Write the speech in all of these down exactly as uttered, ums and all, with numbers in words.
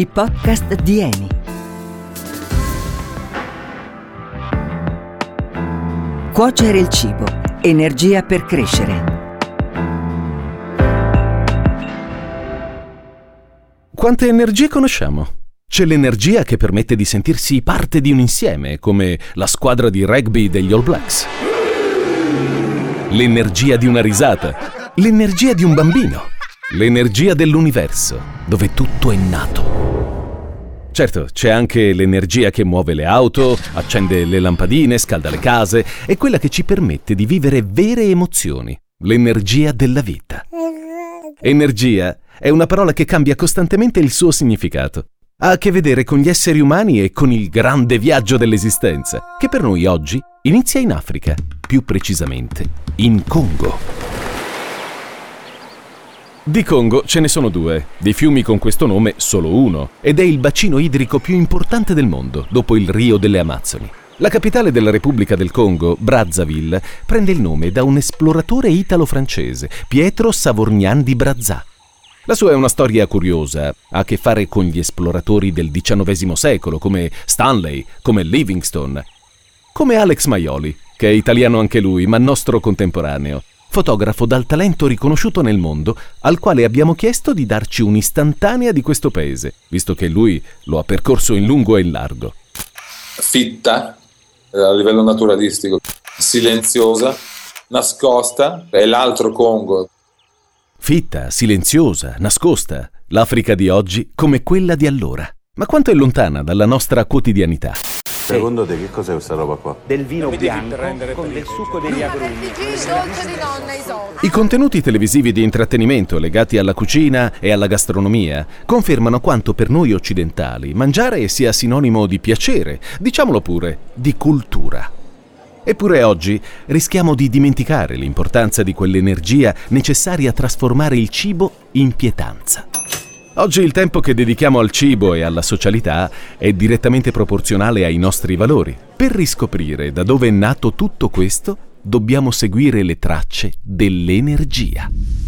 i podcast di Eni. Cuocere il cibo, energia per crescere. Quante energie conosciamo? C'è l'energia che permette di sentirsi parte di un insieme, come la squadra di rugby degli All Blacks. L'energia di una risata. L'energia di un bambino. L'energia dell'universo, dove tutto è nato. Certo, c'è anche l'energia che muove le auto, accende le lampadine, scalda le case, è quella che ci permette di vivere vere emozioni. L'energia della vita. Energia è una parola che cambia costantemente il suo significato. Ha a che vedere con gli esseri umani e con il grande viaggio dell'esistenza, che per noi oggi inizia in Africa, più precisamente in Congo. Di Congo ce ne sono due, di fiumi con questo nome solo uno, ed è il bacino idrico più importante del mondo, dopo il Rio delle Amazzoni. La capitale della Repubblica del Congo, Brazzaville, prende il nome da un esploratore italo-francese, Pietro Savorgnan di Brazza. La sua è una storia curiosa, ha a che fare con gli esploratori del diciannovesimo secolo, come Stanley, come Livingstone, come Alex Maioli, che è italiano anche lui, ma nostro contemporaneo. Fotografo dal talento riconosciuto nel mondo, al quale abbiamo chiesto di darci un'istantanea di questo paese, visto che lui lo ha percorso in lungo e in largo. Fitta, a livello naturalistico, silenziosa, nascosta, è l'altro Congo. Fitta, silenziosa, nascosta, l'Africa di oggi come quella di allora. Ma quanto è lontana dalla nostra quotidianità? Secondo te che cos'è questa roba qua? Del vino bianco con del succo degli agrumi. I contenuti televisivi di intrattenimento legati alla cucina e alla gastronomia confermano quanto per noi occidentali mangiare sia sinonimo di piacere, diciamolo pure, di cultura. Eppure oggi rischiamo di dimenticare l'importanza di quell'energia necessaria a trasformare il cibo in pietanza. Oggi il tempo che dedichiamo al cibo e alla socialità è direttamente proporzionale ai nostri valori. Per riscoprire da dove è nato tutto questo, dobbiamo seguire le tracce dell'energia.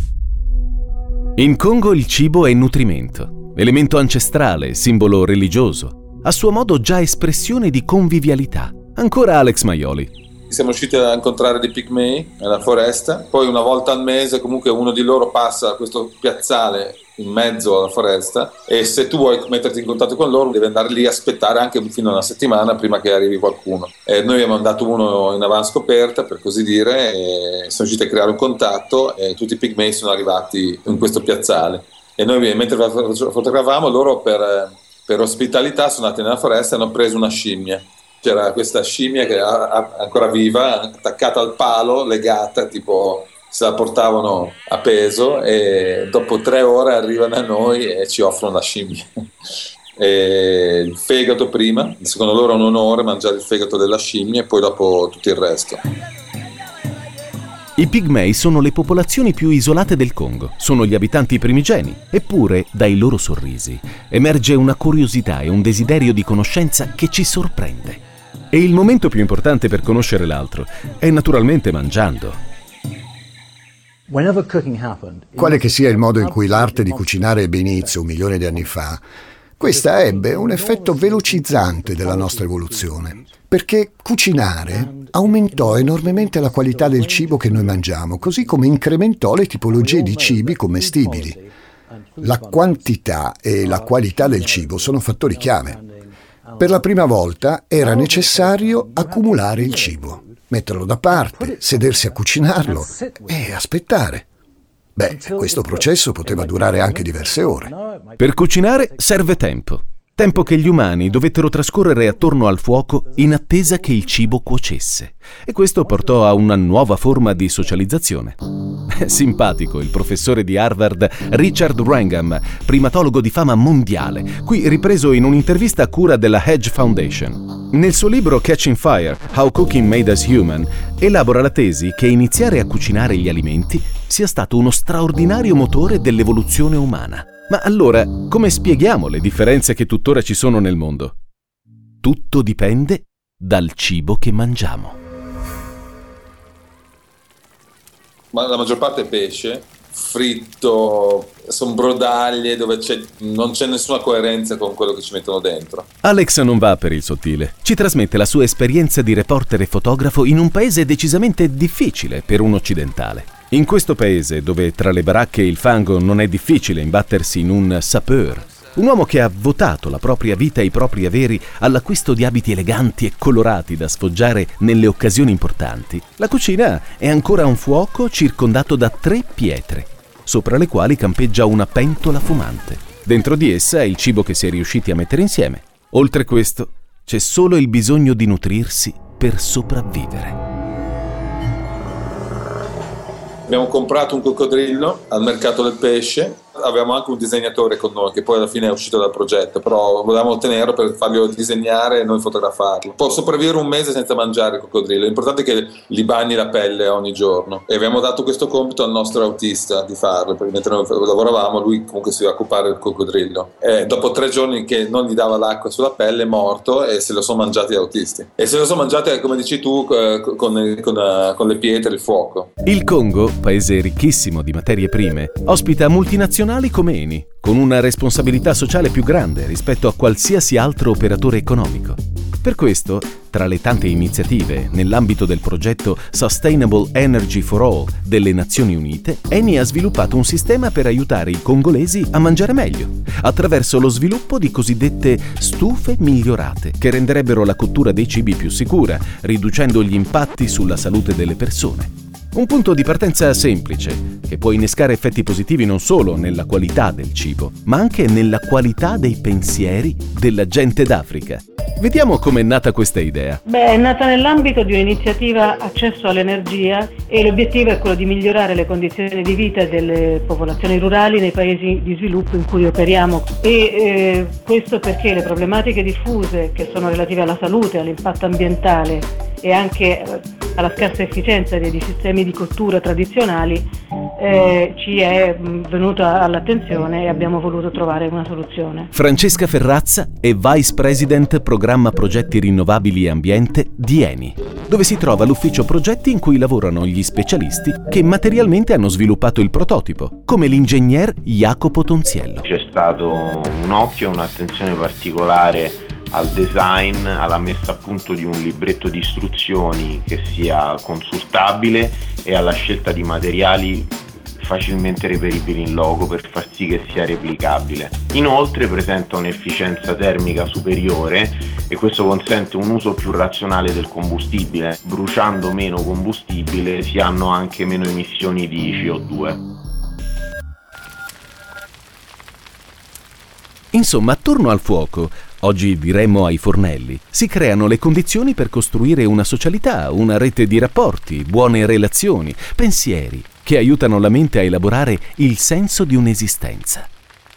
In Congo il cibo è nutrimento, elemento ancestrale, simbolo religioso, a suo modo già espressione di convivialità. Ancora Alex Maioli. Siamo riusciti a incontrare dei pigmei nella foresta, poi una volta al mese comunque uno di loro passa a questo piazzale in mezzo alla foresta e se tu vuoi metterti in contatto con loro devi andare lì a aspettare anche fino a una settimana prima che arrivi qualcuno. E noi abbiamo mandato uno in avanscoperta, per così dire, e siamo riusciti a creare un contatto e tutti i pigmei sono arrivati in questo piazzale. E noi mentre fotografavamo loro per, per ospitalità sono andati nella foresta e hanno preso una scimmia. C'era questa scimmia che era ancora viva, attaccata al palo, legata, tipo se la portavano a peso e dopo tre ore arrivano a noi e ci offrono la scimmia. E il fegato prima, secondo loro è un onore mangiare il fegato della scimmia e poi dopo tutto il resto. I pigmei sono le popolazioni più isolate del Congo, sono gli abitanti primigeni, eppure dai loro sorrisi emerge una curiosità e un desiderio di conoscenza che ci sorprende. E il momento più importante per conoscere l'altro è naturalmente mangiando. Quale che sia il modo in cui l'arte di cucinare ebbe inizio un milione di anni fa, questa ebbe un effetto velocizzante della nostra evoluzione, perché cucinare aumentò enormemente la qualità del cibo che noi mangiamo, così come incrementò le tipologie di cibi commestibili. La quantità e la qualità del cibo sono fattori chiave. Per la prima volta era necessario accumulare il cibo, metterlo da parte, sedersi a cucinarlo e aspettare. Beh, questo processo poteva durare anche diverse ore. Per cucinare serve tempo. Tempo che gli umani dovettero trascorrere attorno al fuoco in attesa che il cibo cuocesse. E questo portò a una nuova forma di socializzazione. È simpatico il professore di Harvard Richard Wrangham, primatologo di fama mondiale, qui ripreso in un'intervista a cura della Hedge Foundation. Nel suo libro Catching Fire, How Cooking Made Us Human, elabora la tesi che iniziare a cucinare gli alimenti sia stato uno straordinario motore dell'evoluzione umana. Ma allora, come spieghiamo le differenze che tuttora ci sono nel mondo? Tutto dipende dal cibo che mangiamo. Ma la maggior parte è pesce, fritto, sono brodaglie dove c'è, non c'è nessuna coerenza con quello che ci mettono dentro. Alex non va per il sottile, ci trasmette la sua esperienza di reporter e fotografo in un paese decisamente difficile per un occidentale. In questo paese, dove tra le baracche e il fango non è difficile imbattersi in un sapeur, un uomo che ha votato la propria vita e i propri averi all'acquisto di abiti eleganti e colorati da sfoggiare nelle occasioni importanti, la cucina è ancora un fuoco circondato da tre pietre, sopra le quali campeggia una pentola fumante. Dentro di essa è il cibo che si è riusciti a mettere insieme. Oltre questo, c'è solo il bisogno di nutrirsi per sopravvivere. Abbiamo comprato un coccodrillo al mercato del pesce, avevamo anche un disegnatore con noi che poi alla fine è uscito dal progetto, però volevamo tenerlo per farglielo disegnare e noi fotografarlo. Può sopravvivere un mese senza mangiare il coccodrillo, l'importante è che gli bagni la pelle ogni giorno, e abbiamo dato questo compito al nostro autista di farlo, perché mentre noi lavoravamo lui comunque si doveva occupare del coccodrillo, e dopo tre giorni che non gli dava l'acqua sulla pelle è morto e se lo sono mangiati gli autisti, e se lo sono mangiati come dici tu con, con, con le pietre e il fuoco. Il Congo, paese ricchissimo di materie prime, ospita multinazionali come Eni, con una responsabilità sociale più grande rispetto a qualsiasi altro operatore economico. Per questo, tra le tante iniziative nell'ambito del progetto Sustainable Energy for All delle Nazioni Unite, Eni ha sviluppato un sistema per aiutare i congolesi a mangiare meglio, attraverso lo sviluppo di cosiddette stufe migliorate, che renderebbero la cottura dei cibi più sicura, riducendo gli impatti sulla salute delle persone. Un punto di partenza semplice, che può innescare effetti positivi non solo nella qualità del cibo, ma anche nella qualità dei pensieri della gente d'Africa. Vediamo com'è nata questa idea. Beh, è nata nell'ambito di un'iniziativa Accesso all'energia, e l'obiettivo è quello di migliorare le condizioni di vita delle popolazioni rurali nei paesi di sviluppo in cui operiamo, e eh, questo perché le problematiche diffuse che sono relative alla salute, all'impatto ambientale e anche alla scarsa efficienza dei sistemi di cottura tradizionali eh, ci è venuta all'attenzione e abbiamo voluto trovare una soluzione. Francesca Ferrazza è Vice President Programma Progetti Rinnovabili e Ambiente di Eni, dove si trova l'ufficio progetti in cui lavorano gli specialisti che materialmente hanno sviluppato il prototipo, come l'ingegner Jacopo Tonziello. C'è stato un occhio e un'attenzione particolare al design, alla messa a punto di un libretto di istruzioni che sia consultabile e alla scelta di materiali facilmente reperibili in logo per far sì che sia replicabile. Inoltre presenta un'efficienza termica superiore e questo consente un uso più razionale del combustibile. Bruciando meno combustibile si hanno anche meno emissioni di C O due. Insomma, attorno al fuoco, oggi diremmo ai fornelli, si creano le condizioni per costruire una socialità, una rete di rapporti, buone relazioni, pensieri, che aiutano la mente a elaborare il senso di un'esistenza.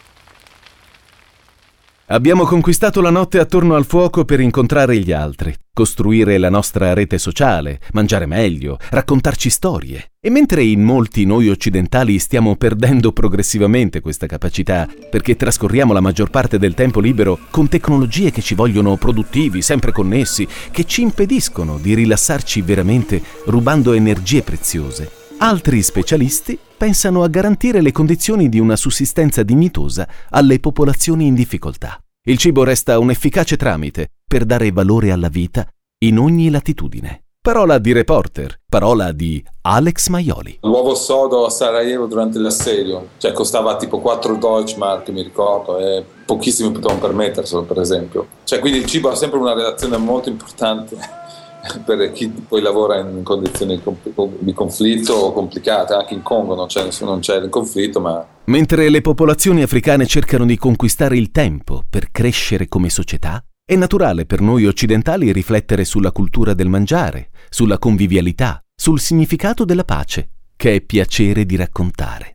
Abbiamo conquistato la notte attorno al fuoco per incontrare gli altri, costruire la nostra rete sociale, mangiare meglio, raccontarci storie. E mentre in molti noi occidentali stiamo perdendo progressivamente questa capacità, perché trascorriamo la maggior parte del tempo libero con tecnologie che ci vogliono produttivi, sempre connessi, che ci impediscono di rilassarci veramente, rubando energie preziose, altri specialisti pensano a garantire le condizioni di una sussistenza dignitosa alle popolazioni in difficoltà. Il cibo resta un efficace tramite per dare valore alla vita in ogni latitudine. Parola di reporter, parola di Alex Maioli. L'uovo sodo a Sarajevo durante l'assedio, cioè costava tipo quattro Deutschmark, mi ricordo, e pochissimi potevano permetterselo, per esempio. Cioè, quindi il cibo ha sempre una relazione molto importante per chi poi lavora in condizioni di conflitto o complicate. Anche in Congo non c'è, non c'è il conflitto, ma... Mentre le popolazioni africane cercano di conquistare il tempo per crescere come società, è naturale per noi occidentali riflettere sulla cultura del mangiare, sulla convivialità, sul significato della pace, che è piacere di raccontare.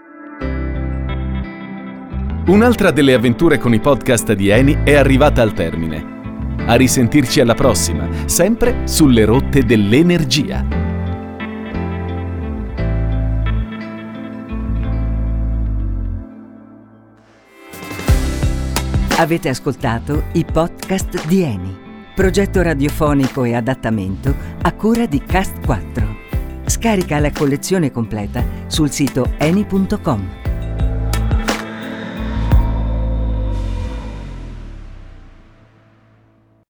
Un'altra delle avventure con i podcast di Eni è arrivata al termine. A risentirci alla prossima, sempre sulle rotte dell'energia. Avete ascoltato i podcast di Eni, progetto radiofonico e adattamento a cura di Cast quattro. Scarica la collezione completa sul sito eni punto com.